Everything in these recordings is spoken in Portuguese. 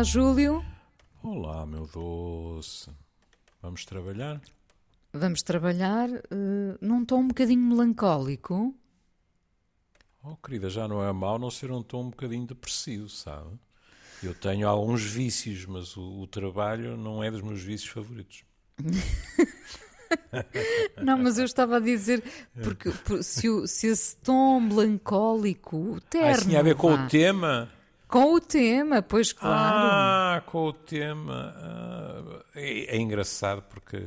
Júlio. Olá, meu doce. Vamos trabalhar? Vamos trabalhar num tom um bocadinho melancólico. Oh, querida, já não é mau não ser um tom um bocadinho depressivo, sabe? Eu tenho alguns vícios, mas o trabalho não é dos meus vícios favoritos. Não, mas eu estava a dizer, porque se esse tom melancólico, terno, Isso tinha a ver com vá. o tema? Com o tema, pois claro. Com o tema. É engraçado porque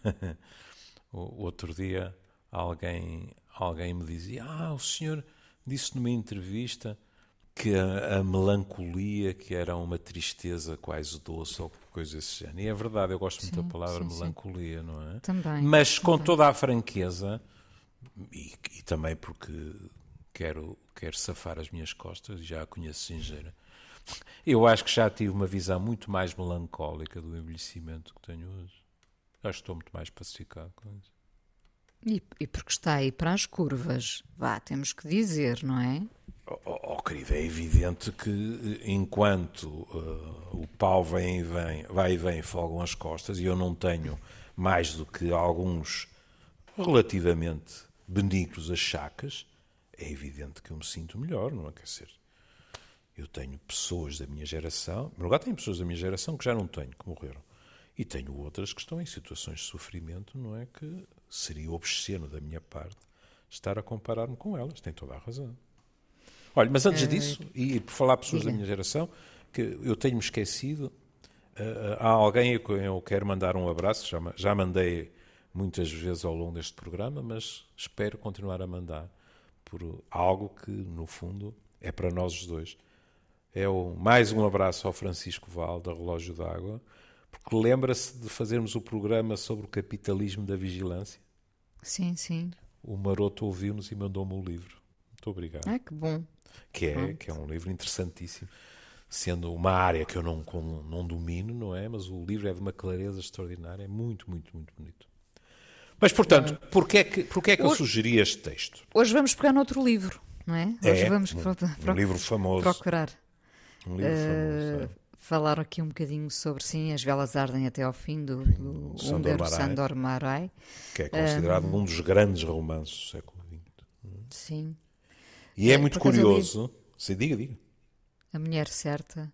o outro dia alguém me dizia: o senhor disse numa entrevista que a melancolia, que era uma tristeza quase doce ou coisa desse género. E é verdade, eu gosto muito da palavra melancolia, não é? Também. Mas com também. toda a franqueza, e também porque quero safar as minhas costas, já a conheço singeira, eu acho que já tive uma visão muito mais melancólica do envelhecimento que tenho hoje. Acho que estou muito mais pacificado com isso. E porque está aí para as curvas, vá, temos que dizer, não é? Querido, é evidente que enquanto o pau vai e vem, folgam as costas, e eu não tenho mais do que alguns relativamente benignos achacas, é evidente que eu me sinto melhor, não é? Quer dizer, eu tenho pessoas da minha geração, mas agora tenho pessoas da minha geração que já não tenho, que morreram. E tenho outras que estão em situações de sofrimento, não é? Que seria obsceno da minha parte estar a comparar-me com elas. Tem toda a razão. Olha, mas antes disso, e por falar de pessoas da minha geração, que eu tenho-me esquecido, há alguém a quem eu quero mandar um abraço, já mandei muitas vezes ao longo deste programa, mas espero continuar a mandar por algo que, no fundo, é para nós os dois. Mais um abraço ao Francisco Val, da Relógio d'Água, porque lembra-se de fazermos o programa sobre o capitalismo da vigilância? Sim, sim. O Maroto ouviu-nos e mandou-me o livro. Muito obrigado. Que bom. Que é um livro interessantíssimo, sendo uma área que eu não domino, não é? Mas o livro é de uma clareza extraordinária, é muito, muito, muito bonito. Mas, portanto, porquê é que eu sugeri este texto? Hoje vamos pegar noutro livro, não é? Hoje vamos um livro famoso. procurar. Um livro famoso, falar aqui um bocadinho sobre, sim, As Velas Ardem até ao Fim, do Sándor Márai. Que é considerado um dos grandes romances do século XX. Sim. E é muito curioso. Se diga. A Mulher Certa.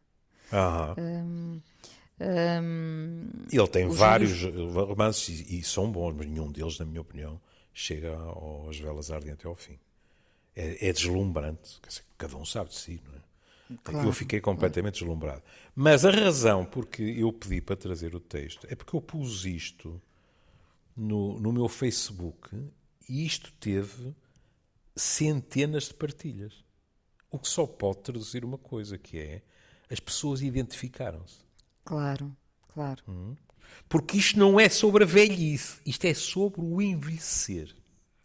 Ele tem vários romances e são bons, mas nenhum deles, na minha opinião, chega às Velas Ardem até ao fim. É deslumbrante. Cada um sabe de si, não é? Claro, eu fiquei completamente deslumbrado. Mas a razão porque eu pedi para trazer o texto é porque eu pus isto no meu Facebook e isto teve centenas de partilhas. O que só pode traduzir uma coisa, que é as pessoas identificaram-se. Claro. Porque isto não é sobre a velhice, isto é sobre o envelhecer.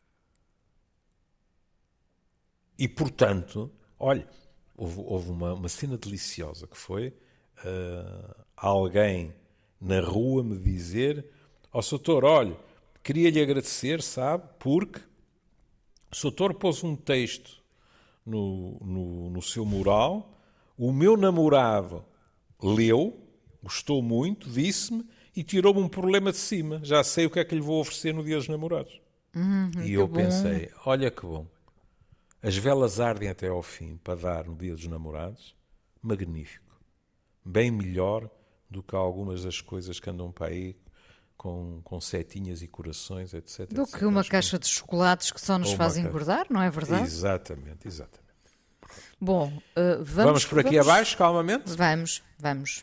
E, portanto, olha, houve uma cena deliciosa que foi alguém na rua me dizer: Soutor, olha, queria-lhe agradecer, sabe, porque o Soutor pôs um texto no seu mural, o meu namorado leu, gostou muito, disse-me e tirou-me um problema de cima. Já sei o que é que lhe vou oferecer no Dia dos Namorados. E eu pensei, olha que bom. As velas ardem até ao fim para dar no Dia dos Namorados. Magnífico. Bem melhor do que algumas das coisas que andam para aí com setinhas e corações, etc. Do que uma caixa de chocolates que só nos fazem engordar, não é verdade? Exatamente. Bom, vamos por aqui abaixo, calmamente? Vamos.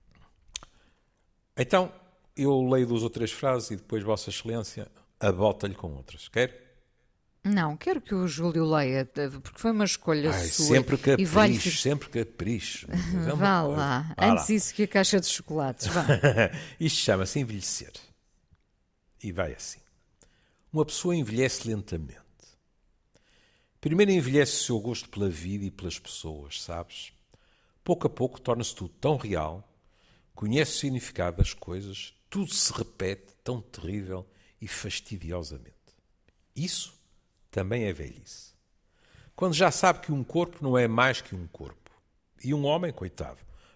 Então, eu leio 2 ou 3 frases e depois Vossa Excelência abota-lhe com outras. Quer? Não, quero que o Júlio leia, porque foi uma escolha sua. Sempre capricho. Vá lá, antes isso que a caixa de chocolates, vá. Isto chama-se envelhecer. E vai assim. Uma pessoa envelhece lentamente. Primeiro envelhece o seu gosto pela vida e pelas pessoas, sabes? Pouco a pouco torna-se tudo tão real, conhece o significado das coisas, tudo se repete tão terrível e fastidiosamente. Isso também é velhice. Quando já sabe que um corpo não é mais que um corpo. E um homem, coitado,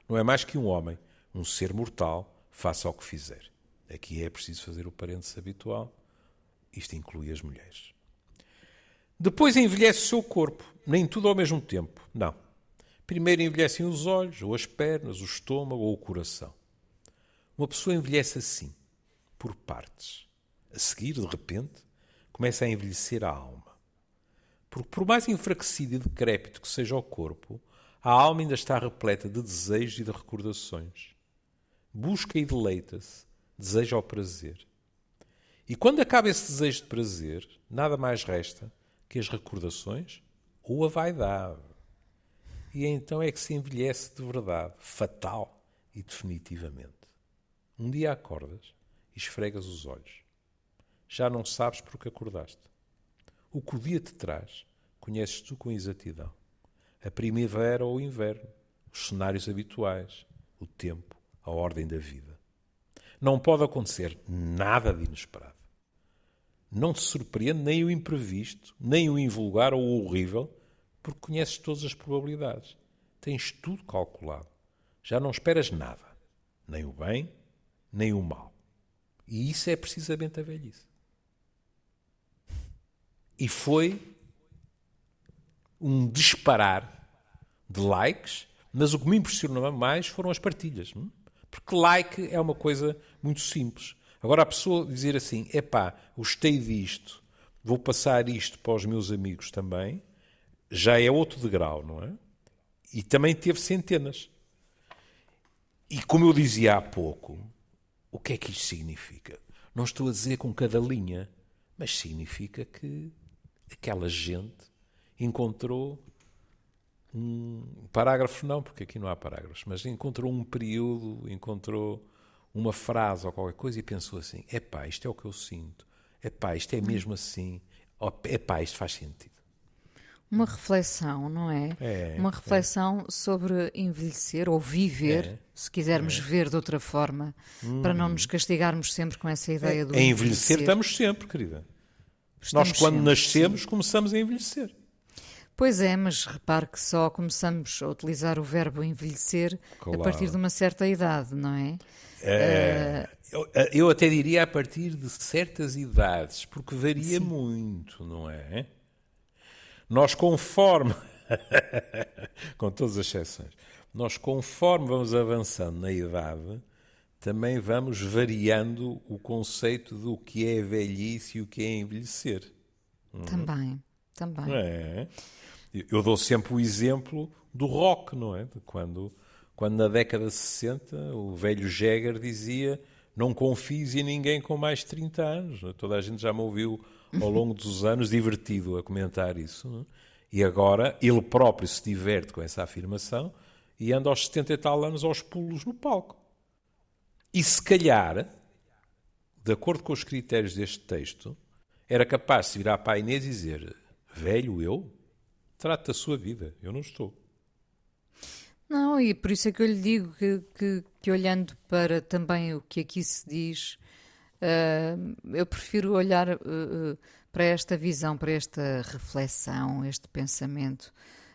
Não é mais que um homem, um ser mortal, faça o que fizer. Aqui é preciso fazer o parênteses habitual. Isto inclui as mulheres. Depois envelhece o seu corpo. Nem tudo ao mesmo tempo. Não. Primeiro envelhecem os olhos, ou as pernas, o estômago ou o coração. Uma pessoa envelhece assim, por partes. A seguir, de repente, começa a envelhecer a alma. Porque por mais enfraquecido e decrépito que seja o corpo, a alma ainda está repleta de desejos e de recordações. Busca e deleita-se, deseja o prazer. E quando acaba esse desejo de prazer, nada mais resta que as recordações ou a vaidade. E então é que se envelhece de verdade, fatal e definitivamente. Um dia acordas e esfregas os olhos. Já não sabes porque acordaste. O que o dia te traz, conheces tu com exatidão. A primavera ou o inverno, os cenários habituais, o tempo, a ordem da vida. Não pode acontecer nada de inesperado. Não te surpreende nem o imprevisto, nem o invulgar ou o horrível, porque conheces todas as probabilidades. Tens tudo calculado. Já não esperas nada. Nem o bem, nem o mal. E isso é precisamente a velhice. E foi um disparar de likes, mas o que me impressionou mais foram as partilhas. Porque like é uma coisa muito simples. Agora a pessoa dizer assim, epá, gostei disto, vou passar isto para os meus amigos também, já é outro degrau, não é? E também teve centenas. E como eu dizia há pouco, o que é que isto significa? Não estou a dizer com cada linha, mas significa que aquela gente encontrou um parágrafo, não, porque aqui não há parágrafos, mas encontrou um período, encontrou uma frase ou qualquer coisa e pensou assim, epá, isto é o que eu sinto, epá, isto é mesmo assim, epá, isto faz sentido. Uma reflexão, não é? Uma reflexão sobre envelhecer ou viver, se quisermos ver de outra forma, para não nos castigarmos sempre com essa ideia do envelhecer. Envelhecer estamos sempre, querida. Nós, quando nascemos, começamos a envelhecer. Pois é, mas repare que só começamos a utilizar o verbo envelhecer a partir de uma certa idade, não é? Eu até diria a partir de certas idades, porque varia muito, não é? Nós conforme, com todas as exceções, nós conforme vamos avançando na idade, também vamos variando o conceito do que é velhice e o que é envelhecer. Também. É. Eu dou sempre o exemplo do rock, não é? Quando na década de 60 o velho Jagger dizia não confies em ninguém com mais de 30 anos. Toda a gente já me ouviu ao longo dos anos divertido a comentar isso. Não é? E agora ele próprio se diverte com essa afirmação e anda aos 70 e tal anos aos pulos no palco. E se calhar, de acordo com os critérios deste texto, era capaz de se virar para a Inês e dizer velho eu? Trate da sua vida, eu não estou. Não, e por isso é que eu lhe digo que olhando para também o que aqui se diz, eu prefiro olhar para esta visão, para esta reflexão, este pensamento,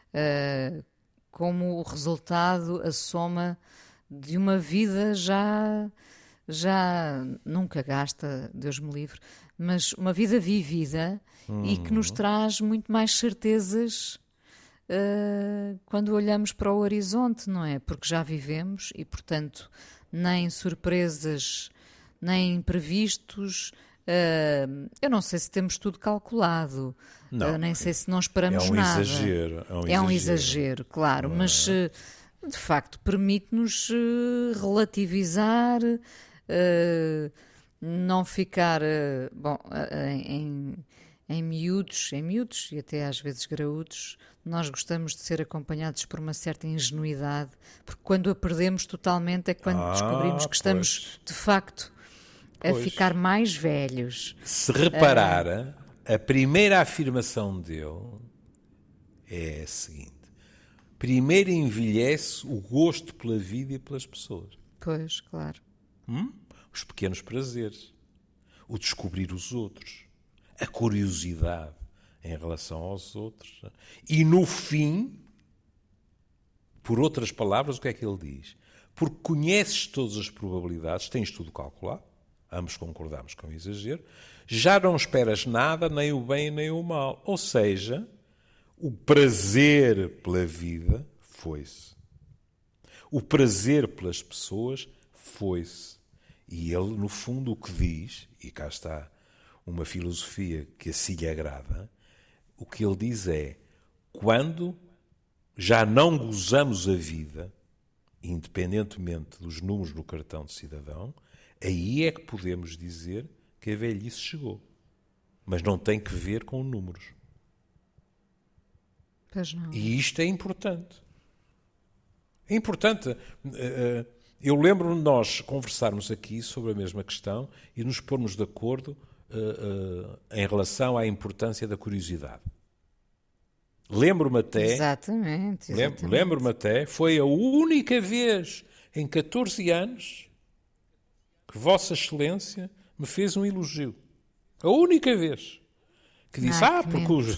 como o resultado, a soma de uma vida já nunca gasta, Deus me livre, mas uma vida vivida e que nos traz muito mais certezas quando olhamos para o horizonte, não é? Porque já vivemos e, portanto, nem surpresas, nem imprevistos. Eu não sei se temos tudo calculado, nem sei se não esperamos nada. É um exagero, claro, mas de facto permite-nos relativizar, não ficar em miúdos e até às vezes graúdos. Nós gostamos de ser acompanhados por uma certa ingenuidade, porque quando a perdemos totalmente é quando descobrimos que estamos de facto a ficar mais velhos. Se reparar, a primeira afirmação dele é a seguinte: primeiro envelhece o gosto pela vida e pelas pessoas. Pois, claro. Os pequenos prazeres, o descobrir os outros, a curiosidade em relação aos outros. E no fim, por outras palavras, o que é que ele diz? porque conheces todas as probabilidades, tens tudo calculado, ambos concordamos com o exagero, já não esperas nada, nem o bem nem o mal. Ou seja, o prazer pela vida foi-se. O prazer pelas pessoas foi-se. E ele, no fundo, o que diz, e cá está uma filosofia que assim lhe agrada, o que ele diz é, quando já não gozamos a vida, independentemente dos números no cartão de cidadão, aí é que podemos dizer que a velhice chegou. Mas não tem que ver com números. Pois não. E isto é importante. É importante. Eu lembro-me de nós conversarmos aqui sobre a mesma questão e nos pormos de acordo em relação à importância da curiosidade. Lembro-me até... Exatamente. Lembro-me até, foi a única vez em 14 anos que Vossa Excelência me fez um elogio. A única vez. Que disse, porque o...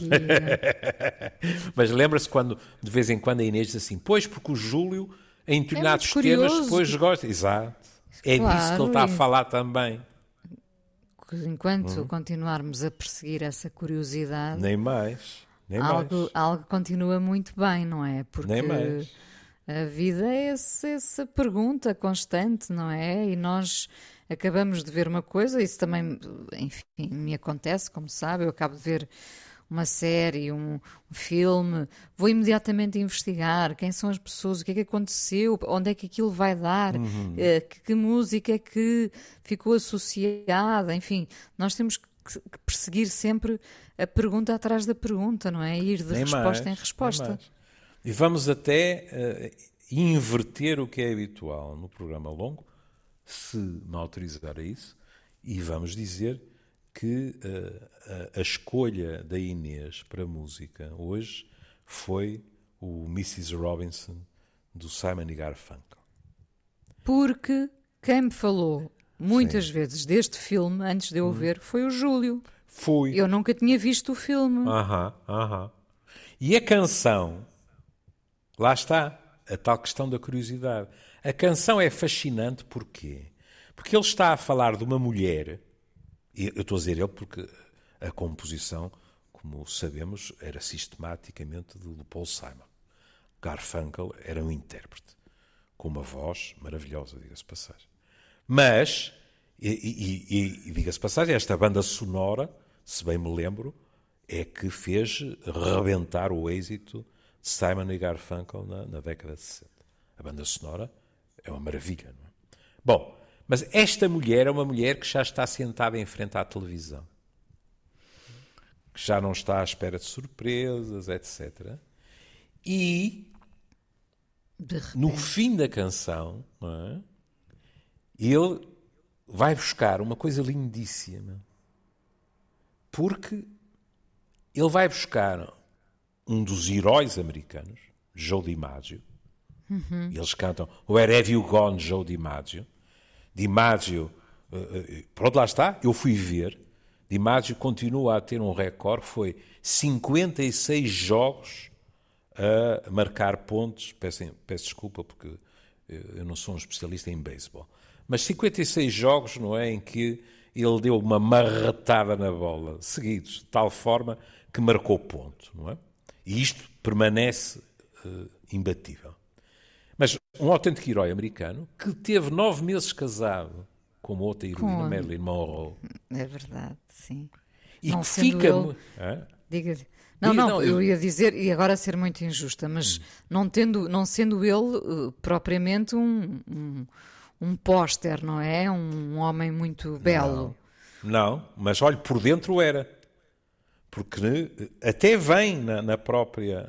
Mas lembra-se quando, de vez em quando, a Inês diz assim, pois, porque o Júlio, em determinados temas, depois gosta. Exato. É disso que ele está a falar também. Enquanto continuarmos a perseguir essa curiosidade... Nem mais. Algo continua muito bem, não é? Porque nem mais. A vida é essa pergunta constante, não é? E nós acabamos de ver uma coisa, isso também, enfim, me acontece, como sabe, eu acabo de ver uma série, um filme, vou imediatamente investigar quem são as pessoas, o que é que aconteceu, onde é que aquilo vai dar, que música é que ficou associada, enfim, nós temos que perseguir sempre a pergunta atrás da pergunta, não é? Ir de resposta em resposta. E vamos até inverter o que é habitual no programa longo, se me autorizar a isso, e vamos dizer que a escolha da Inês para a música hoje foi o Mrs. Robinson do Simon e Garfunkel. Porque quem me falou muitas vezes deste filme, antes de eu o ver, foi o Júlio. Fui. Eu nunca tinha visto o filme. E a canção, lá está, a tal questão da curiosidade. A canção é fascinante porquê? Porque ele está a falar de uma mulher, e eu estou a dizer ele porque a composição, como sabemos, era sistematicamente do Paul Simon. Garfunkel era um intérprete, com uma voz maravilhosa, diga-se passagem. Mas, e diga-se passagem, esta banda sonora, se bem me lembro, é que fez rebentar o êxito de Simon e Garfunkel na década de 60. A banda sonora é uma maravilha, não é? Bom, mas esta mulher é uma mulher que já está sentada em frente à televisão, que já não está à espera de surpresas, etc. E, no fim da canção, não é? Ele vai buscar uma coisa lindíssima, porque ele vai buscar um dos heróis americanos, Joe DiMaggio. Eles cantam Where Have You Gone, Joe DiMaggio. DiMaggio, pronto, lá está, eu fui ver. DiMaggio continua a ter um recorde, foi 56 jogos a marcar pontos. Peço desculpa porque eu não sou um especialista em beisebol. Mas 56 jogos, não é, em que ele deu uma marretada na bola, seguidos, de tal forma que marcou ponto, não é? E isto permanece imbatível. Mas um autêntico herói americano que teve 9 meses casado com uma outra heroína, Marilyn Monroe. É verdade, sim. E não que fica... Diga. Não, eu ia dizer, e agora ser muito injusta, mas não sendo ele propriamente um póster, não é? Um homem muito belo. Não, mas olha, por dentro era. Porque até vem na própria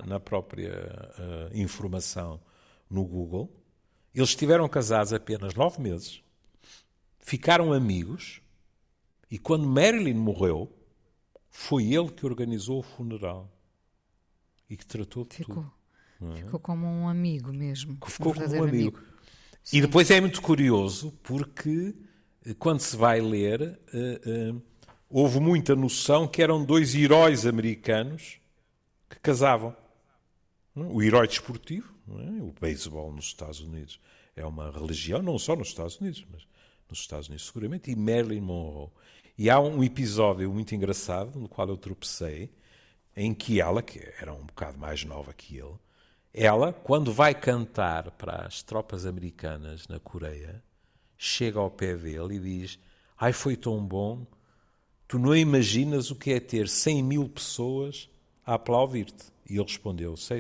informação no Google, eles estiveram casados apenas 9 meses, ficaram amigos, e quando Marilyn morreu, foi ele que organizou o funeral e que tratou de tudo. Ficou como um amigo mesmo. Ficou como um amigo. E depois é muito curioso, porque quando se vai ler, houve muita noção que eram 2 heróis americanos que casavam. O herói desportivo, não é? O beisebol nos Estados Unidos é uma religião, não só nos Estados Unidos, mas nos Estados Unidos seguramente, e Marilyn Monroe. E há um episódio muito engraçado, no qual eu tropecei, em que ela, que era um bocado mais nova que ele, ela, quando vai cantar para as tropas americanas na Coreia, chega ao pé dele e diz: ai, foi tão bom, tu não imaginas o que é ter 100 mil pessoas a aplaudir-te. E ele respondeu: sei.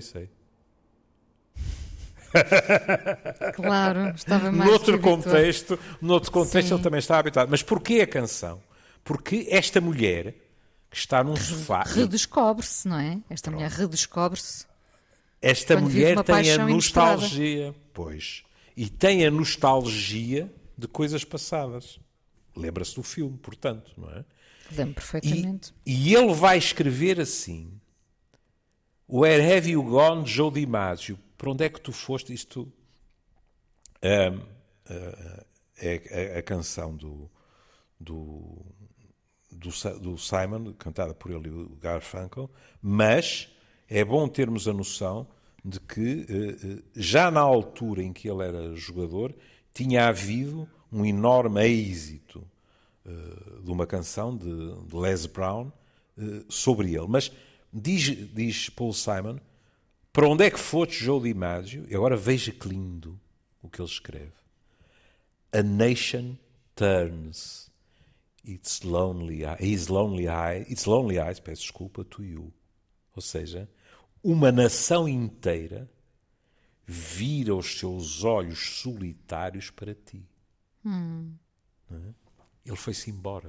Claro, estava mais Noutro contexto, Sim. ele também está habituado. Mas porquê a canção? Porque esta mulher que está num sofá... Redescobre-se, não é? Esta mulher redescobre-se. Esta quando vive mulher uma tem a paixão nostalgia, pois, e tem a nostalgia de coisas passadas. Lembra-se do filme, portanto, não é? Lembro perfeitamente. E ele vai escrever assim: Where have you gone, Joe DiMaggio? Para onde é que tu foste? Isto é a canção do Simon, cantada por ele e o Garfunkel, mas é bom termos a noção de que já na altura em que ele era jogador tinha havido um enorme êxito de uma canção de Les Brown sobre ele. Mas diz Paul Simon: para onde é que foste, Joe DiMaggio? E agora veja que lindo o que ele escreve. A nation turns its lonely eyes, peço desculpa, to you. Ou seja, uma nação inteira vira os seus olhos solitários para ti. Não é? Ele foi-se embora.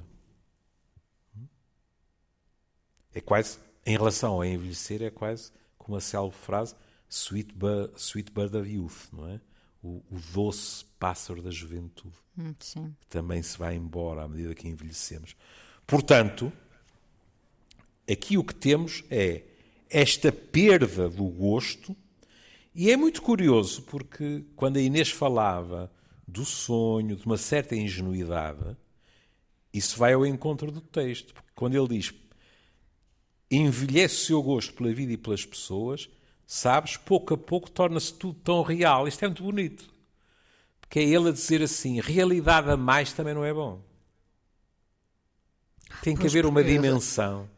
É quase, em relação a envelhecer, é quase como a célebre frase sweet bird of youth, não é? O doce pássaro da juventude. Sim. Que também se vai embora à medida que envelhecemos. Portanto, aqui o que temos é esta perda do gosto, e é muito curioso porque quando a Inês falava do sonho, de uma certa ingenuidade, isso vai ao encontro do texto. Porque quando ele diz envelhece o seu gosto pela vida e pelas pessoas, sabes, pouco a pouco torna-se tudo tão real. Isto é muito bonito. Porque é ele a dizer assim, realidade a mais também não é bom. Tem que haver uma dimensão.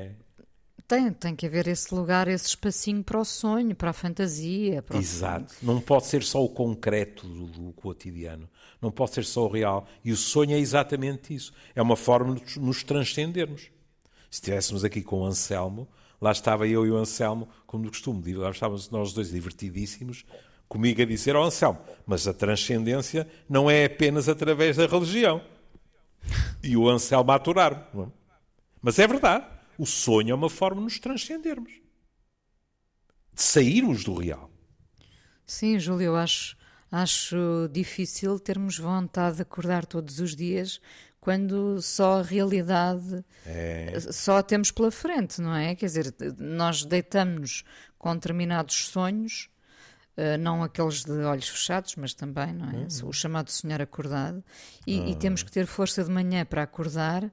Tem que haver esse lugar, esse espacinho para o sonho, para a fantasia. Para Exato. Não pode ser só o concreto do cotidiano. Não pode ser só o real. E o sonho é exatamente isso. É uma forma de nos transcendermos. Se estivéssemos aqui com o Anselmo, lá estava eu e o Anselmo, como de costume, lá estávamos nós dois divertidíssimos, comigo a dizer ao Anselmo, mas a transcendência não é apenas através da religião. E o Anselmo a aturar-me. Mas é verdade. O sonho é uma forma de nos transcendermos. De sairmos do real. Sim, Júlio, eu acho difícil termos vontade de acordar todos os dias quando só a realidade só a temos pela frente, não é? Quer dizer, nós deitamos-nos com determinados sonhos, não aqueles de olhos fechados, mas também, não é? O chamado sonhar acordado, e temos que ter força de manhã para acordar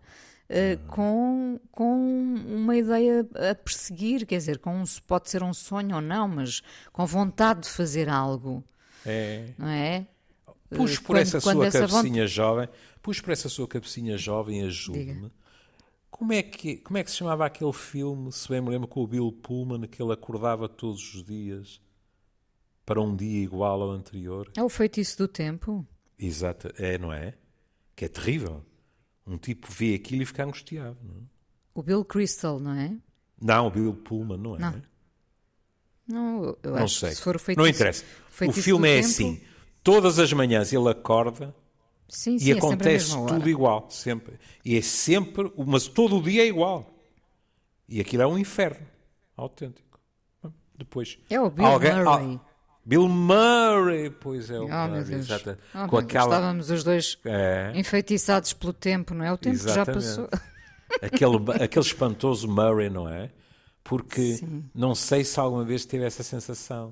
com uma ideia a perseguir, quer dizer, pode ser um sonho ou não, mas com vontade de fazer algo, não é? Puxe por essa sua cabecinha jovem, ajude-me. Como é que se chamava aquele filme, se bem me lembro, com o Bill Pullman, que ele acordava todos os dias para um dia igual ao anterior? É o feitiço do tempo. Exato, não é? Que é terrível. Um tipo vê aquilo e fica angustiado, não é? O Bill Crystal, não é? Não, o Bill Pullman, não é? Não, eu não acho sei. Que se for o feitiço, não interessa. O filme é assim. Todas as manhãs ele acorda e acontece tudo igual. Sempre. E é sempre, mas todo o dia é igual. E aquilo é um inferno autêntico. Depois, é o Bill Murray. Bill Murray, pois é o Murray, exato. Com aquela... Estávamos os dois enfeitiçados pelo tempo, não é? O tempo exatamente. Já passou. Aquele espantoso Murray, não é? Porque não sei se alguma vez teve essa sensação.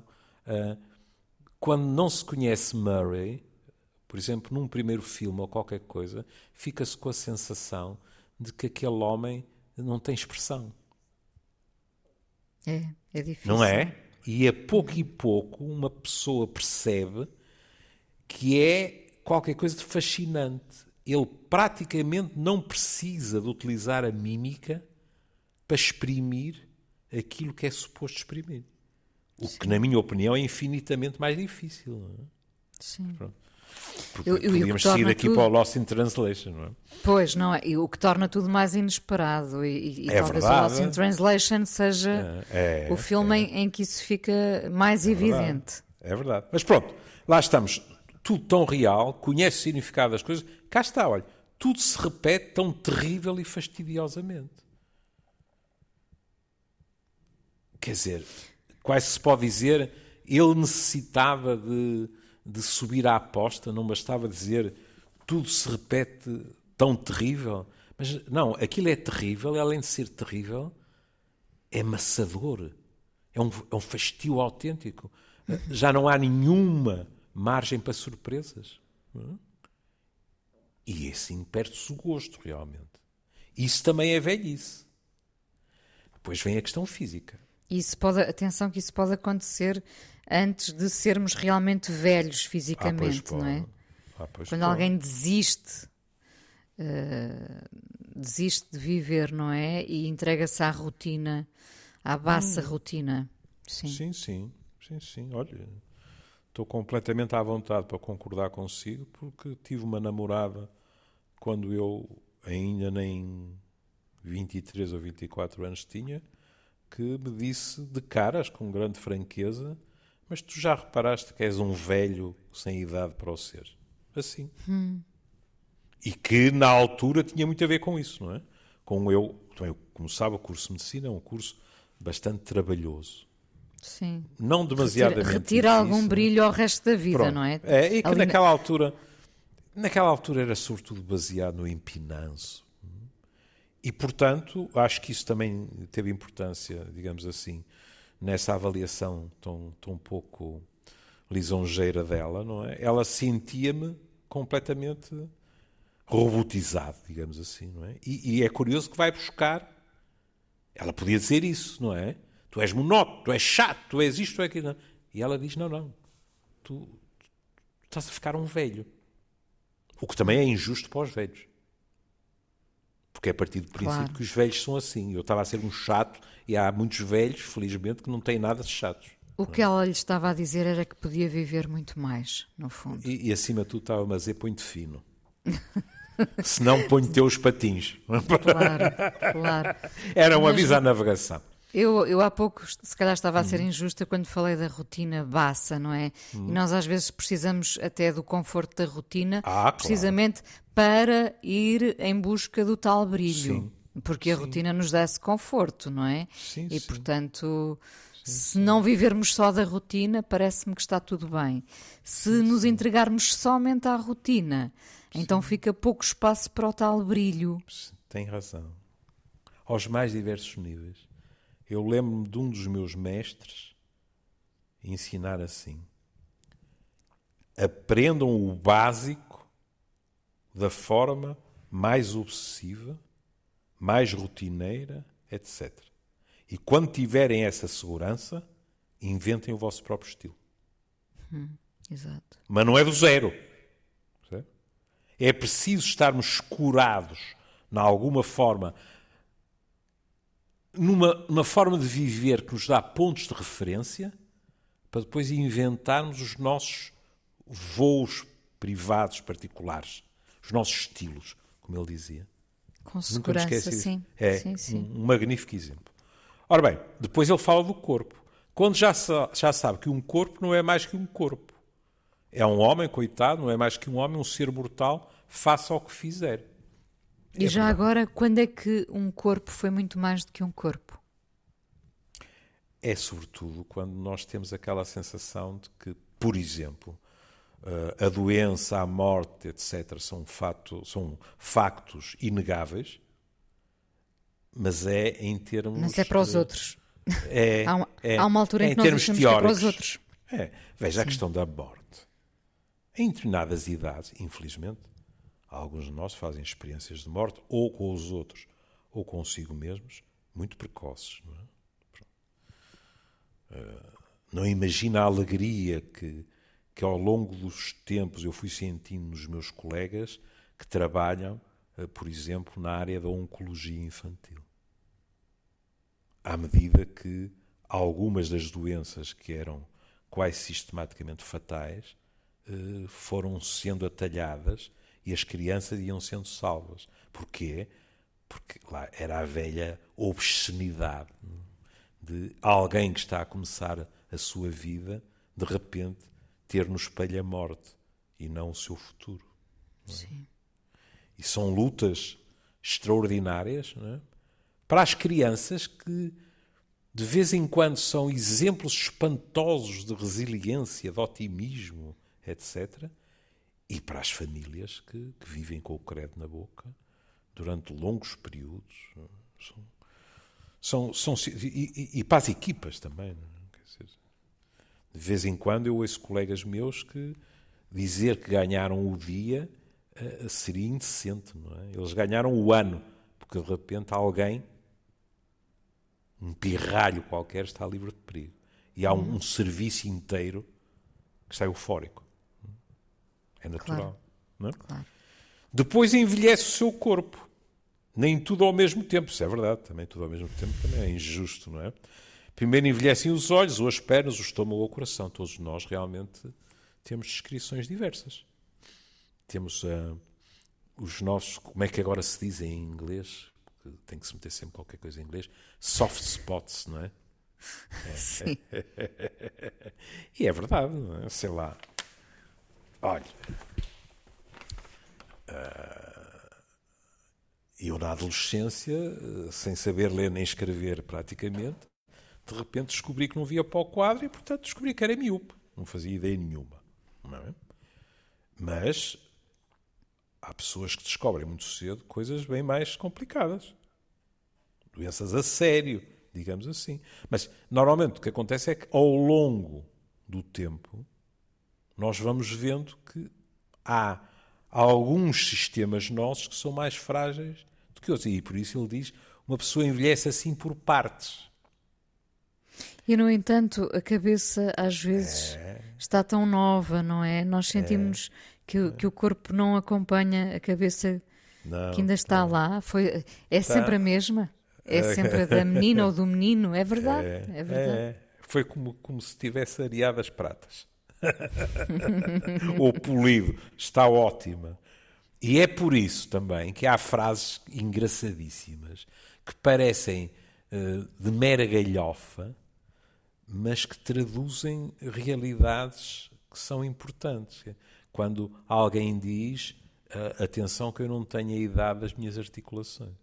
Quando não se conhece Murray, por exemplo, num primeiro filme ou qualquer coisa, fica-se com a sensação de que aquele homem não tem expressão. É difícil. Não é? E a pouco e pouco uma pessoa percebe que é qualquer coisa de fascinante. Ele praticamente não precisa de utilizar a mímica para exprimir aquilo que é suposto exprimir. O que, na minha opinião, é infinitamente mais difícil. Não é? Sim. Pronto. Porque podíamos seguir aqui para o Lost in Translation, não é? Pois, não é? E o que torna tudo mais inesperado. E É talvez verdade. o Lost in Translation seja o filme em que isso fica mais evidente. É verdade. Mas pronto, lá estamos. Tudo tão real, conhece o significado das coisas. Cá está, olha. Tudo se repete tão terrível e fastidiosamente. Quer dizer, quase se pode dizer, ele necessitava de subir à aposta, não bastava dizer tudo se repete tão terrível. Mas não, aquilo é terrível, e além de ser terrível, é maçador. É um fastio autêntico. Já não há nenhuma margem para surpresas. E assim perde-se o gosto, realmente. Isso também é velhice. Depois vem a questão física. Atenção que isso pode acontecer antes de sermos realmente velhos fisicamente, não é? Quando alguém desiste de viver, não é? E entrega-se à rotina, à bassa rotina. Sim. Sim. Olha, estou completamente à vontade para concordar consigo, porque tive uma namorada quando eu ainda nem 23 ou 24 anos tinha, que me disse de caras, com grande franqueza, mas tu já reparaste que és um velho sem idade para o ser? Assim. E que na altura tinha muito a ver com isso, não é? Como sabe, o curso de medicina é um curso bastante trabalhoso. Sim. Não demasiadamente retira difícil, algum brilho ao resto da vida, pronto. Não é? E que naquela altura era sobretudo baseado no empinanço. E, portanto, acho que isso também teve importância, digamos assim, nessa avaliação tão pouco lisonjeira dela, não é? Ela sentia-me completamente robotizado, digamos assim, não é? E é curioso que vai buscar. Ela podia dizer isso, não é? Tu és monótono, tu és chato, tu és isto, tu és aquilo. E ela diz, não, tu estás a ficar um velho. O que também é injusto para os velhos. Porque é a partir do princípio que os velhos são assim. Eu estava a ser um chato e há muitos velhos, felizmente, que não têm nada de chatos. O que ela lhe estava a dizer era que podia viver muito mais, no fundo. E acima de tudo estava-me a dizer, põe-te fino. Se não, põe-te os patins. Claro. Era um aviso à navegação. Eu há pouco, se calhar estava a ser injusta quando falei da rotina bassa, não é? E nós às vezes precisamos até do conforto da rotina, precisamente para ir em busca do tal brilho. Sim. Porque a rotina nos dá esse conforto, não é? Sim, e portanto, se não vivermos só da rotina, parece-me que está tudo bem. Se nos entregarmos somente à rotina, então fica pouco espaço para o tal brilho. Tem razão. Aos mais diversos níveis. Eu lembro-me de um dos meus mestres ensinar assim: aprendam o básico da forma mais obsessiva, mais rotineira, etc. E quando tiverem essa segurança, inventem o vosso próprio estilo. Exato. Mas não é do zero. Certo? É preciso estarmos curados, em alguma forma, numa forma de viver que nos dá pontos de referência, para depois inventarmos os nossos voos privados, particulares, os nossos estilos, como ele dizia. Com segurança, sim. É sim. Um magnífico exemplo. Ora bem, depois ele fala do corpo. Quando já sabe que um corpo não é mais que um corpo. É um homem, coitado, não é mais que um homem, um ser mortal, faça ao que fizer. E já agora, quando é que um corpo foi muito mais do que um corpo? É sobretudo quando nós temos aquela sensação de que, por exemplo, a doença, a morte, etc., são factos inegáveis, mas é em termos... Mas é para os outros. Há uma altura em que nós achamos que é para os outros. Veja a questão da morte. Em determinadas idades, infelizmente, alguns de nós fazem experiências de morte, ou com os outros, ou consigo mesmos, muito precoces. Não é? Não imagina a alegria que que ao longo dos tempos eu fui sentindo nos meus colegas que trabalham, por exemplo, na área da oncologia infantil. À medida que algumas das doenças que eram quase sistematicamente fatais foram sendo atalhadas e as crianças iam sendo salvas. Porquê? Porque lá era a velha obscenidade de alguém que está a começar a sua vida, de repente, ter no espelho a morte e não o seu futuro. Sim. E são lutas extraordinárias, não é? Para as crianças que, de vez em quando, são exemplos espantosos de resiliência, de otimismo, etc. E para as famílias que vivem com o credo na boca durante longos períodos. E para as equipas também. Não é? Quer dizer, de vez em quando eu ouço colegas meus que dizer que ganharam o dia seria indecente. Não é? Eles ganharam o ano, porque de repente alguém, um pirralho qualquer, está livre de perigo. E há um serviço inteiro que está eufórico. É natural. Claro. Não é? Claro. Depois envelhece o seu corpo. Nem tudo ao mesmo tempo. Isso é verdade. Também tudo ao mesmo tempo também é injusto, não é? Primeiro envelhecem os olhos, ou as pernas, o estômago ou o coração. Todos nós realmente temos descrições diversas. Temos os nossos, como é que agora se diz em inglês? Porque tem que se meter sempre qualquer coisa em inglês. Soft spots, não é? Sim. E é verdade, não é? Sei lá. Olha, eu na adolescência, sem saber ler nem escrever praticamente, de repente descobri que não via para o quadro e, portanto, descobri que era miúpe. Não fazia ideia nenhuma. Não é? Mas há pessoas que descobrem muito cedo coisas bem mais complicadas. Doenças a sério, digamos assim. Mas, normalmente, o que acontece é que, ao longo do tempo, nós vamos vendo que há alguns sistemas nossos que são mais frágeis do que outros. E por isso ele diz, uma pessoa envelhece assim por partes. E, no entanto, a cabeça às vezes está tão nova, não é? Nós sentimos que o corpo não acompanha a cabeça que ainda está lá. É sempre a mesma? É sempre a da menina ou do menino? É verdade. É verdade. Foi como se tivesse areado as pratas. Ou polido. Está ótima. E é por isso também que há frases engraçadíssimas que parecem de mera galhofa, mas que traduzem realidades que são importantes. Quando alguém diz, atenção que eu não tenho a idade das minhas articulações.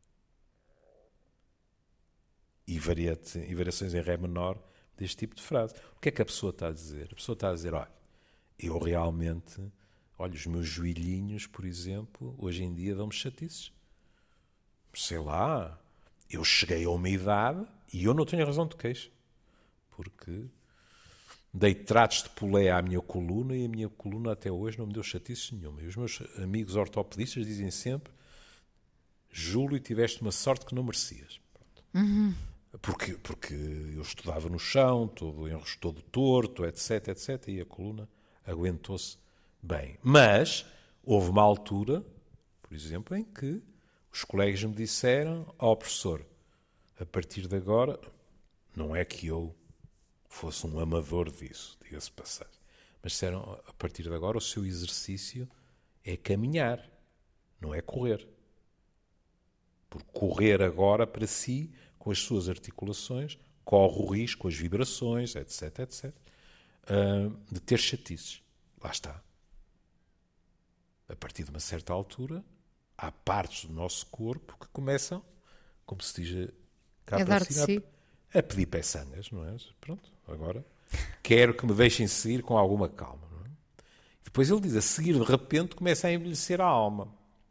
E variações em ré menor deste tipo de frase. O que é que a pessoa está a dizer? A pessoa está a dizer, olha, eu realmente, olha, os meus joelhinhos, por exemplo, hoje em dia dão-me chatices. Sei lá, eu cheguei a uma idade e eu não tenho razão de queixa. Porque dei tratos de polé à minha coluna e a minha coluna até hoje não me deu chatices nenhuma. E os meus amigos ortopedistas dizem sempre, Júlio, tiveste uma sorte que não merecias. Porque eu estudava no chão, todo torto, etc, etc, e a coluna aguentou-se bem. Mas houve uma altura, por exemplo, em que os colegas me disseram, professor, a partir de agora, não é que eu fosse um amador disso, diga-se passagem, mas disseram, a partir de agora o seu exercício é caminhar, não é correr. Porque correr agora, para si, com as suas articulações, corre o risco, com as vibrações, etc, etc, de ter chatices. Lá está. A partir de uma certa altura, há partes do nosso corpo que começam, como se diz cá para cima, a pedir peçangas, não é? Pronto, agora quero que me deixem seguir com alguma calma. Não é? Depois ele diz, a seguir, de repente, começa a envelhecer a alma.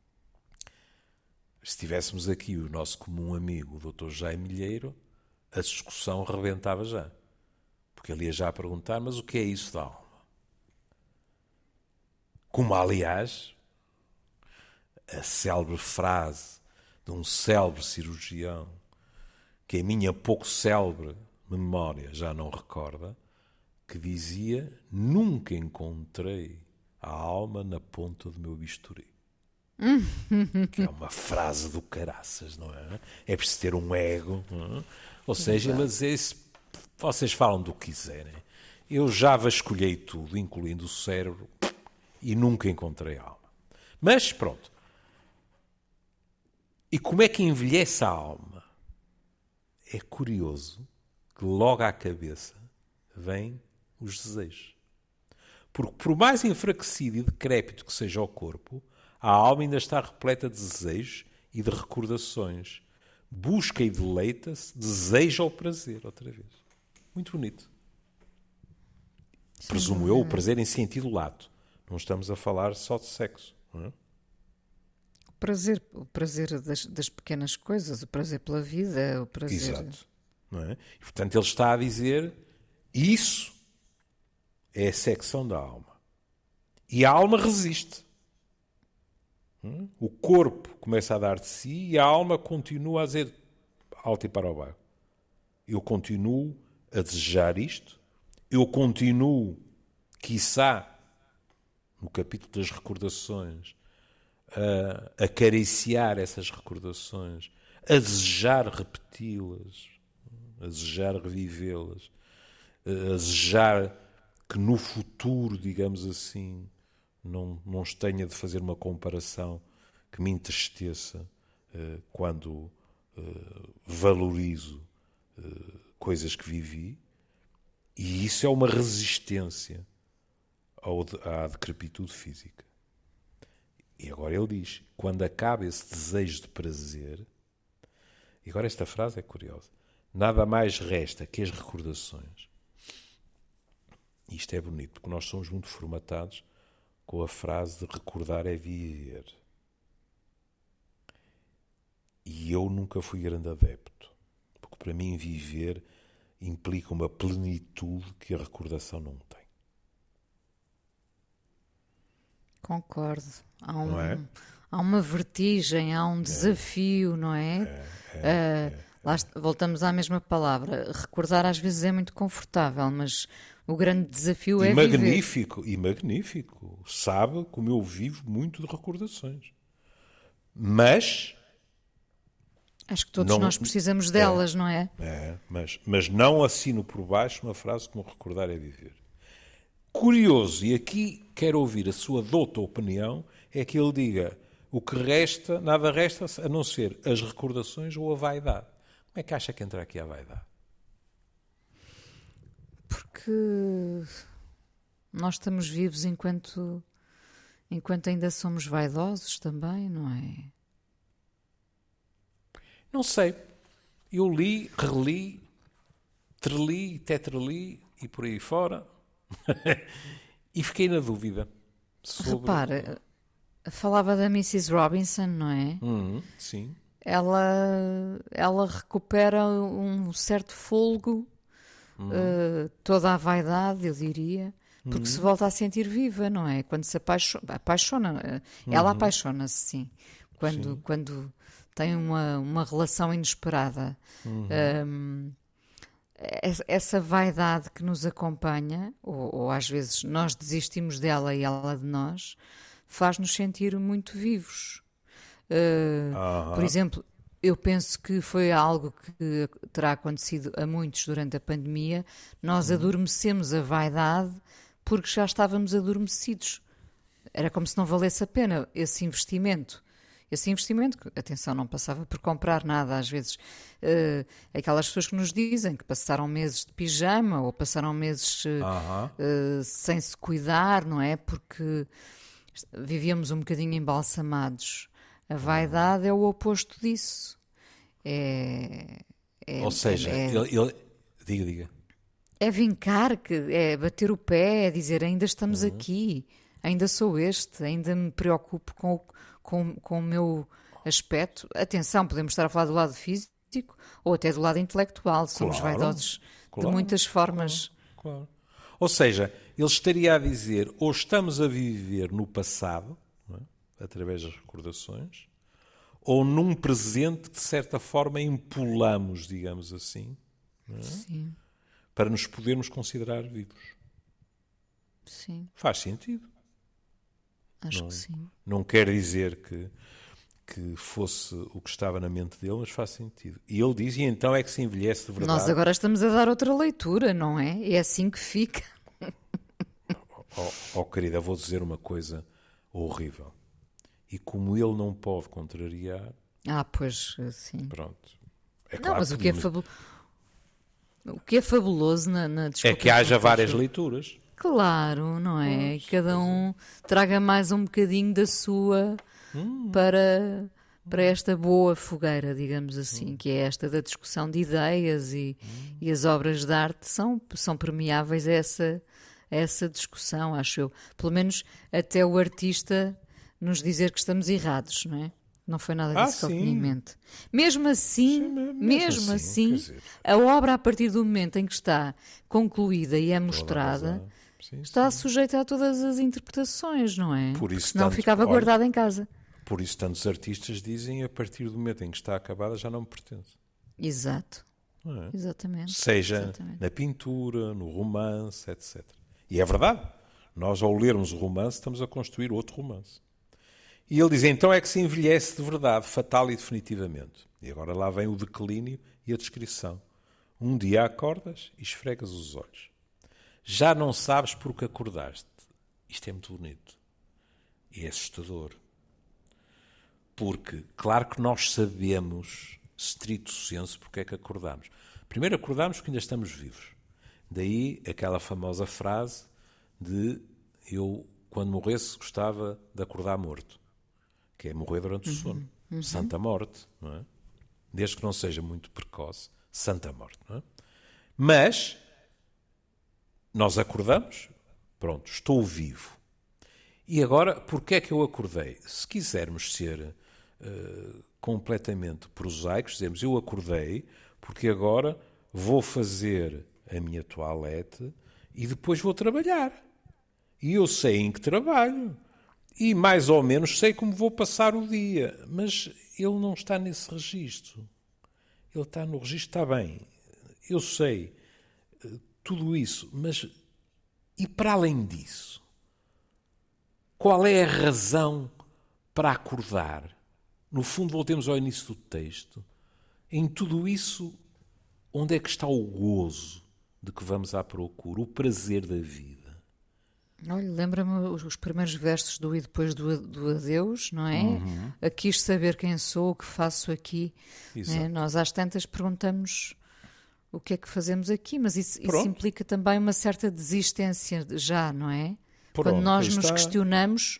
Se tivéssemos aqui o nosso comum amigo, o Dr. Jaime Milheiro, a discussão rebentava já. Porque ele ia já perguntar, mas o que é isso da alma? Como, aliás, a célebre frase de um célebre cirurgião, que a minha pouco célebre memória já não recorda, que dizia: nunca encontrei a alma na ponta do meu bisturi. Que é uma frase do caraças, não é? É preciso ter um ego, não é? Ou seja, ele a dizer, vocês falam do que quiserem. Eu já vasculhei tudo, incluindo o cérebro, e nunca encontrei a alma. Mas, pronto. E como é que envelhece a alma? É curioso que logo à cabeça vêm os desejos. Porque por mais enfraquecido e decrépito que seja o corpo, a alma ainda está repleta de desejos e de recordações. Busca e deleita-se, deseja o prazer, outra vez. Muito bonito. Presumo eu, o prazer em sentido lato. Não estamos a falar só de sexo. Não é? O prazer das pequenas coisas, o prazer pela vida, o prazer... Exato. Não é? E, portanto, ele está a dizer, isso é a secção da alma. E a alma resiste. O corpo começa a dar de si e a alma continua a dizer alto e para o baixo. Eu continuo a desejar isto, eu continuo, quiçá, no capítulo das recordações, a acariciar essas recordações, a desejar repeti-las, a desejar revivê-las, a desejar que no futuro, digamos assim, não tenha de fazer uma comparação que me entristeça quando valorizo coisas que vivi. E isso é uma resistência à decrepitude física. E agora ele diz, quando acaba esse desejo de prazer, e agora esta frase é curiosa, nada mais resta que as recordações. Isto é bonito, porque nós somos muito formatados com a frase de recordar é viver. E eu nunca fui grande adepto, porque para mim viver implica uma plenitude que a recordação não tem. Concordo. Não é? Há uma vertigem, há um desafio, não é? Voltamos à mesma palavra. Recordar às vezes é muito confortável, mas o grande desafio é magnífico, viver. E magnífico. Sabe como eu vivo muito de recordações. Mas... acho que todos nós precisamos delas, não é? Mas não assino por baixo uma frase como recordar é viver. Curioso, e aqui quero ouvir a sua douta opinião, é que ele diga o que resta, nada resta a não ser as recordações ou a vaidade. Como é que acha que entra aqui a vaidade? Porque nós estamos vivos enquanto ainda somos vaidosos também, não é? Não sei. Eu li, reli, treli, tetrali e por aí fora e fiquei na dúvida sobre... Repara, falava da Mrs. Robinson, não é? Sim. Ela recupera um certo folgo, toda a vaidade, eu diria, porque se volta a sentir viva, não é? Quando se apaixona, ela apaixona-se, sim. Quando tem uma relação inesperada. Essa vaidade que nos acompanha, ou às vezes nós desistimos dela e ela de nós, faz-nos sentir muito vivos. Por exemplo, eu penso que foi algo que terá acontecido a muitos durante a pandemia. Nós adormecemos a vaidade porque já estávamos adormecidos. Era como se não valesse a pena esse investimento. Esse investimento, atenção, não passava por comprar nada, às vezes aquelas pessoas que nos dizem que passaram meses de pijama ou passaram meses sem se cuidar, não é? Porque vivíamos um bocadinho embalsamados. A vaidade é o oposto disso. Ou seja, diga. É vincar, é bater o pé, é dizer ainda estamos aqui, ainda sou ainda me preocupo com o meu aspecto. Atenção, podemos estar a falar do lado físico ou até do lado intelectual. Somos vaidosos de muitas formas. Claro. Ou seja, ele estaria a dizer, ou estamos a viver no passado, não é? Através das recordações, ou num presente que de certa forma empolamos, digamos assim, não é? Sim. para nos podermos considerar vivos. Sim, Faz sentido. acho que sim. Não quer dizer que fosse o que estava na mente dele, mas faz sentido. E ele diz, e então é que se envelhece de verdade. Nós agora estamos a dar outra leitura, não é? É assim que fica. Querida, vou dizer uma coisa horrível. E como ele não pode contrariar, Pois, sim. pronto. É Não, claro mas que o que é fabuloso na é desculpa que haja do várias Pedro. leituras. Claro, não é? Cada um traga mais um bocadinho da sua para esta boa fogueira, digamos assim, que é esta da discussão de ideias e as obras de arte são permeáveis a essa discussão, acho eu. Pelo menos até o artista nos dizer que estamos errados, não é? Não foi nada disso que ele tinha em sim. mente. Mesmo assim, mesmo assim, quer dizer. a obra, a partir do momento em que está concluída e é Toda a mostrada, razão. Sim, está sim. sujeita a todas as interpretações, não é? Por isso Porque senão tanto- ficava olha, guardada em casa. Por isso tantos artistas dizem, a partir do momento em que está acabada já não me pertence. Exato. Não é? Exatamente. Seja Exatamente. na pintura, no romance, etc. E é verdade. Nós, ao lermos o romance, estamos a construir outro romance. E ele diz, então é que se envelhece de verdade, fatal e definitivamente. E agora lá vem o declínio e a descrição. Um dia acordas e esfregas os olhos. Já não sabes por que acordaste. Isto é muito bonito. E é assustador. Porque, claro que nós sabemos, stricto sensu, porque é que acordamos. Primeiro acordamos porque ainda estamos vivos. Daí aquela famosa frase de eu, quando morresse, gostava de acordar morto. Que é morrer durante o sono. Santa morte, não é? Desde que não seja muito precoce, santa morte, não é? Mas nós acordamos, pronto, estou vivo. E agora, porquê é que eu acordei? Se quisermos ser completamente prosaicos, dizemos, eu acordei porque agora vou fazer a minha toalete e depois vou trabalhar. E eu sei em que trabalho. E mais ou menos sei como vou passar o dia. Mas ele não está nesse registro. Ele está no registro, está bem. Eu sei tudo isso, mas e para além disso? Qual é a razão para acordar? No fundo, voltemos ao início do texto. Em tudo isso, onde é que está o gozo de que vamos à procura? O prazer da vida? Olha, lembra-me os primeiros versos do e depois do adeus, não é? Quis saber quem sou, o que faço aqui. Não é? Nós às tantas perguntamos o que é que fazemos aqui, mas isso implica também uma certa desistência já, não é? Quando nós nos questionamos,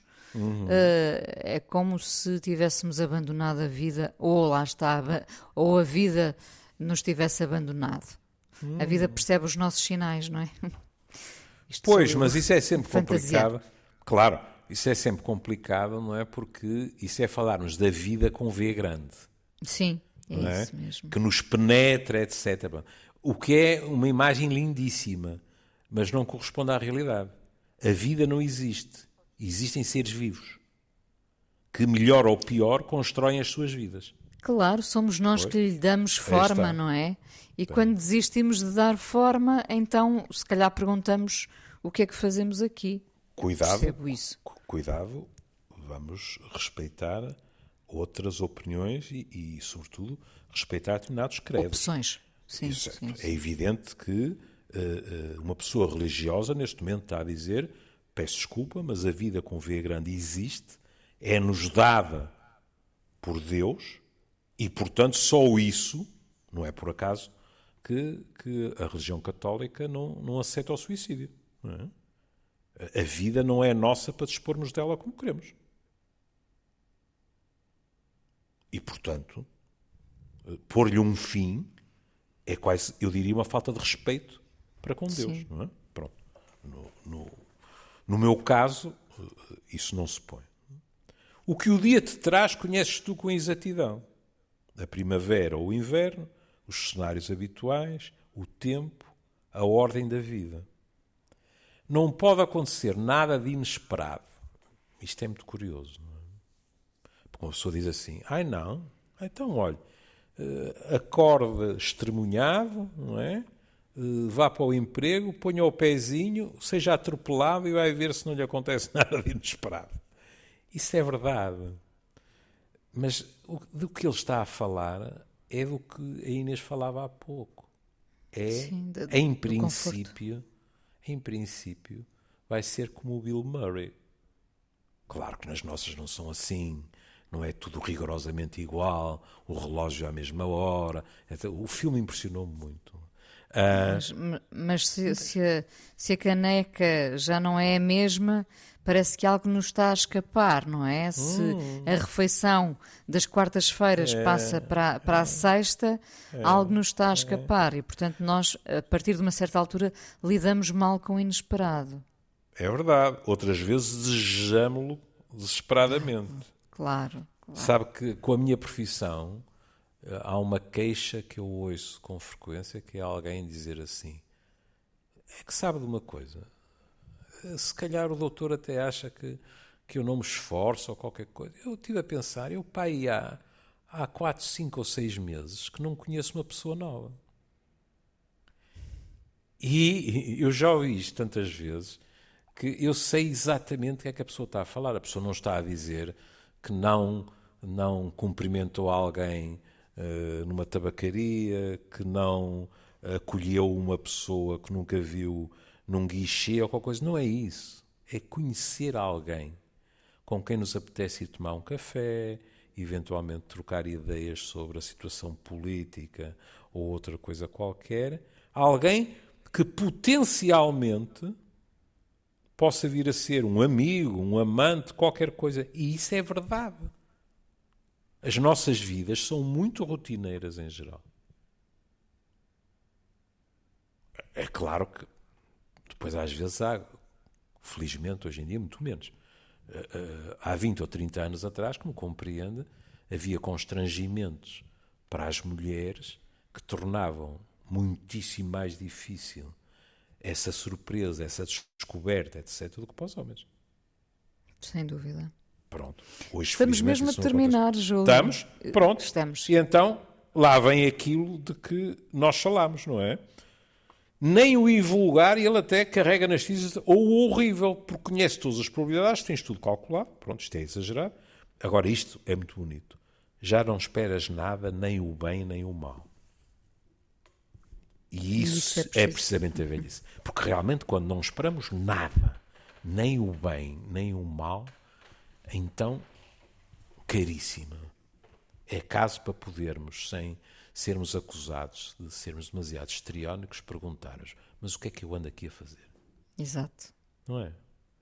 é como se tivéssemos abandonado a vida, ou lá está, ou a vida nos tivesse abandonado. A vida percebe os nossos sinais, não é? Pois, mas isso é sempre fantasiar. complicado. Claro, isso é sempre complicado, não é? Porque isso é falarmos da vida com V grande. Sim, não é? Isso mesmo. Que nos penetra, etc. O que é uma imagem lindíssima, mas não corresponde à realidade. A vida não existe. Existem seres vivos que, melhor ou pior, constroem as suas vidas. Claro, somos nós que lhe damos forma, não é? E quando desistimos de dar forma, então, se calhar perguntamos o que é que fazemos aqui. Cuidado, Percebo isso. cuidado, vamos respeitar outras opiniões e sobretudo, respeitar determinados credos. Opções. Sim, sim. É evidente que uma pessoa religiosa, neste momento, está a dizer, peço desculpa, mas a vida com V grande existe, é-nos dada por Deus e, portanto, só isso, não é por acaso, que a religião católica não aceita o suicídio. Não é? A vida não é nossa para dispormos dela como queremos. E, portanto, pôr-lhe um fim é quase, eu diria, uma falta de respeito para com Deus. Sim. Não é? Pronto. No meu caso, isso não se põe. O que o dia te traz, conheces tu com exatidão. A primavera ou o inverno, os cenários habituais, o tempo, a ordem da vida. Não pode acontecer nada de inesperado. Isto é muito curioso, não é? Porque uma pessoa diz assim, não, então olha, acorda estremunhado, não é? vá para o emprego, ponha o pezinho, seja atropelado e vai ver se não lhe acontece nada de inesperado. Isso é verdade. Mas do que ele está a falar é do que a Inês falava há pouco. Sim, em princípio, vai ser como o Bill Murray. Claro que nas nossas não são assim, não é tudo rigorosamente igual, o relógio à mesma hora. O filme impressionou-me muito. Mas se a caneca já não é a mesma, parece que algo nos está a escapar, não é? Se a refeição das quartas-feiras passa para a sexta, algo nos está a escapar e, portanto, nós, a partir de uma certa altura, lidamos mal com o inesperado. É verdade. Outras vezes desejamo-lo desesperadamente. Claro. Sabe que com a minha profissão há uma queixa que eu ouço com frequência, que é alguém dizer assim: é que sabe de uma coisa, se calhar o doutor até acha que eu não me esforço ou qualquer coisa. Eu estive a pensar, pai, há 4, 5 ou 6 meses que não conheço uma pessoa nova. E eu já ouvi isto tantas vezes que eu sei exatamente o que é que a pessoa está a falar. A pessoa não está a dizer que não cumprimentou alguém numa tabacaria, que não acolheu uma pessoa que nunca viu num guichê ou qualquer coisa. Não é isso. É conhecer alguém com quem nos apetece ir tomar um café, eventualmente trocar ideias sobre a situação política ou outra coisa qualquer. Alguém que potencialmente possa vir a ser um amigo, um amante, qualquer coisa. E isso é verdade. As nossas vidas são muito rotineiras em geral. É claro que depois às vezes há, felizmente hoje em dia, muito menos. Há 20 ou 30 anos atrás, como compreende, havia constrangimentos para as mulheres que tornavam muitíssimo mais difícil essa surpresa, essa descoberta, etc., do que para os homens. Sem dúvida. Pronto. Hoje, estamos mesmo a terminar, Júlio. Estamos? Pronto. Estamos. E então, lá vem aquilo de que nós falamos, não é? Nem o invulgar, e ele até carrega nas tintas, ou o horrível, porque conhece todas as probabilidades, tens tudo calculado. Pronto, isto é exagerado. Agora, isto é muito bonito. Já não esperas nada, nem o bem, nem o mal. E isso é precisamente a velhice. Porque realmente, quando não esperamos nada, nem o bem, nem o mal, então, caríssima, é caso para podermos, sem sermos acusados de sermos demasiado histriónicos, perguntar-nos: mas o que é que eu ando aqui a fazer? Exato. Não é?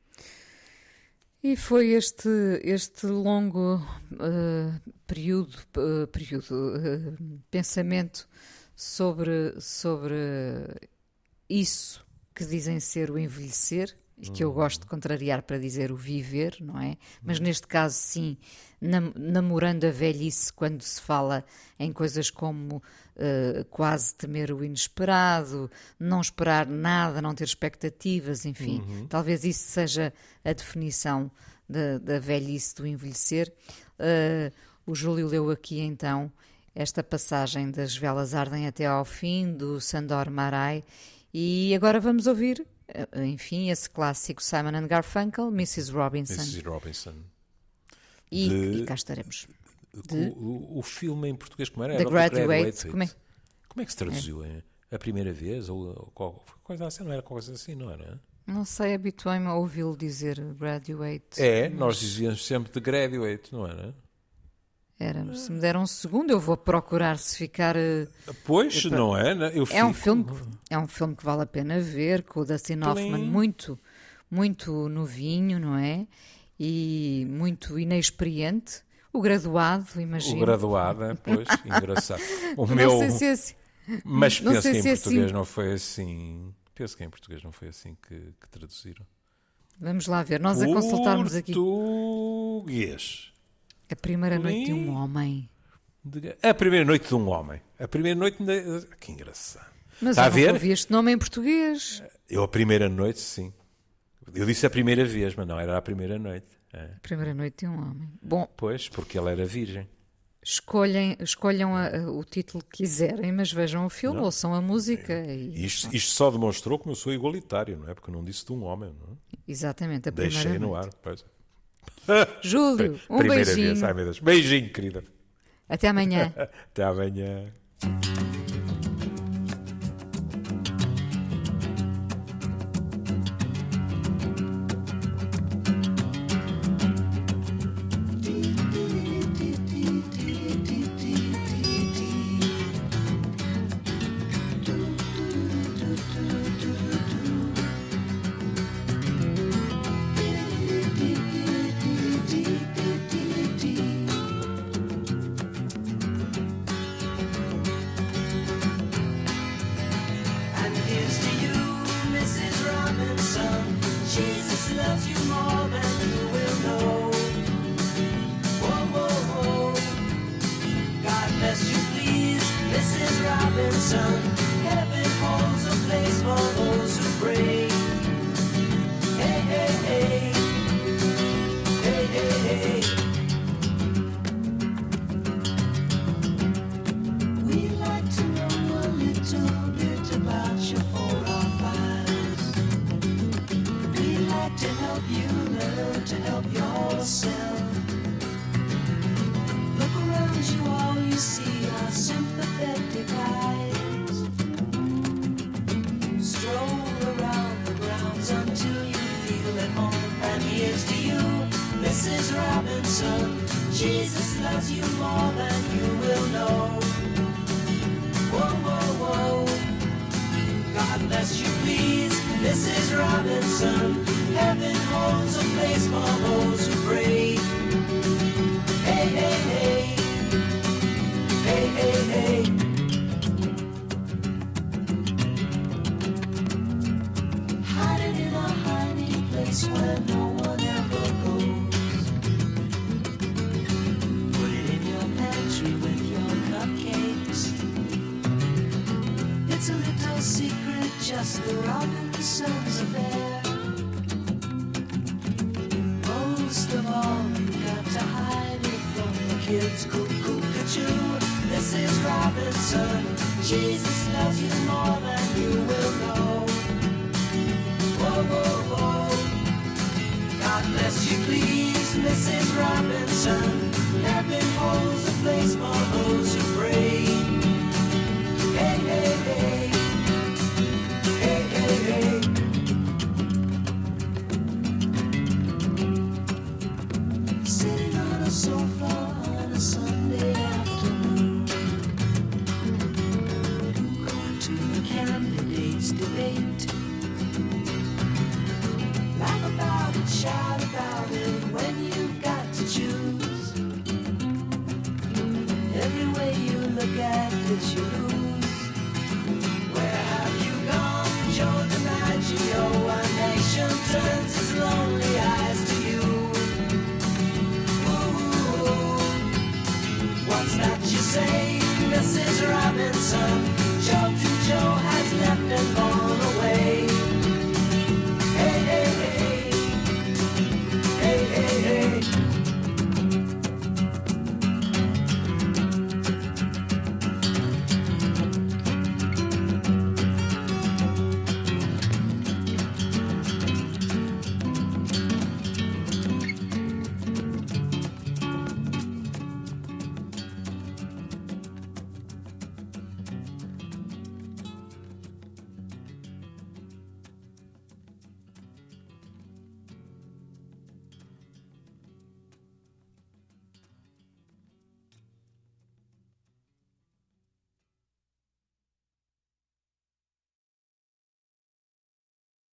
E foi este longo pensamento sobre isso que dizem ser o envelhecer, e que eu gosto de contrariar para dizer o viver, não é? Mas neste caso, sim, namorando a velhice, quando se fala em coisas como quase temer o inesperado, não esperar nada, não ter expectativas, enfim. Talvez isso seja a definição da velhice, do envelhecer. O Júlio leu aqui, então, esta passagem das velas ardem até ao fim, do Sandor Marai, e agora vamos ouvir, enfim, esse clássico Simon and Garfunkel, Mrs. Robinson. Mrs. Robinson. E cá estaremos. O filme em português, como era? The Graduate. Como é que se traduziu? A primeira vez? Ou coisa assim? Não era coisa assim, não era? Não sei, habituei-me a ouvi-lo dizer Graduate. Nós dizíamos sempre The Graduate, não era? Era, se me der um segundo, eu vou procurar se ficar... Pois, não é? É um filme que vale a pena ver, com o Dustin Hoffman muito novinho, não é? E muito inexperiente. O Graduado, imagino. O Graduado, pois, engraçado. Não sei se é assim. Mas penso que em português não foi assim. Penso que em português não foi assim que traduziram. Vamos lá ver. Nós a consultarmos aqui. Português. A primeira noite de um homem. A primeira noite de um homem. A primeira noite... Que engraçado. Mas Está eu nunca ouvi este nome em português. Eu a primeira noite, sim. Eu disse a primeira vez, mas não era a primeira noite. A primeira noite de um homem. Bom. Pois, porque ele era virgem. Escolham o título que quiserem, mas vejam o filme, ouçam a música. Isto só demonstrou como eu sou igualitário, não é? Porque eu não disse de um homem, não é? Exatamente, a Deixei primeira no noite. ar, pois. Júlio, um Primeira beijinho. vez, ai meu Deus. Beijinho, querida. Até amanhã. Até amanhã. And here's to you, Mrs. Robinson. Jesus loves you more than you will know. Whoa, whoa, whoa. God bless you, please, Mrs. Robinson. Heaven holds a place for those who pray. Hey, hey, hey. Hey, hey, hey. We'd like to know a little bit about your 405s. We'd like to help you learn to help yourself. Look around you, all you see are sympathetic eyes. Stroll around the grounds until you feel at home. And here's to you, Mrs. Robinson. Jesus loves you more than you will know. Whoa, whoa, whoa. God bless you, please, Mrs. Robinson. Heaven holds a place for those who pray. Hey, hey, hey. Hey, hey, hey. Hiding in a hiding place where no one ever goes. Put it in your pantry with your cupcakes. It's a little secret, just the Robinsons affair. Most of all, you got to hide it from the kids. Cuckoo-cuckoo, Mrs. Robinson. Jesus loves you more than you will know. Whoa, whoa, whoa. God bless you, please, Mrs. Robinson. Heaven holds a place for those who pray. Hey, hey, hey. Hey, hey, hey. Sitting on a sofa on a Sunday afternoon, going to the candidates' debate. Laugh about it, shout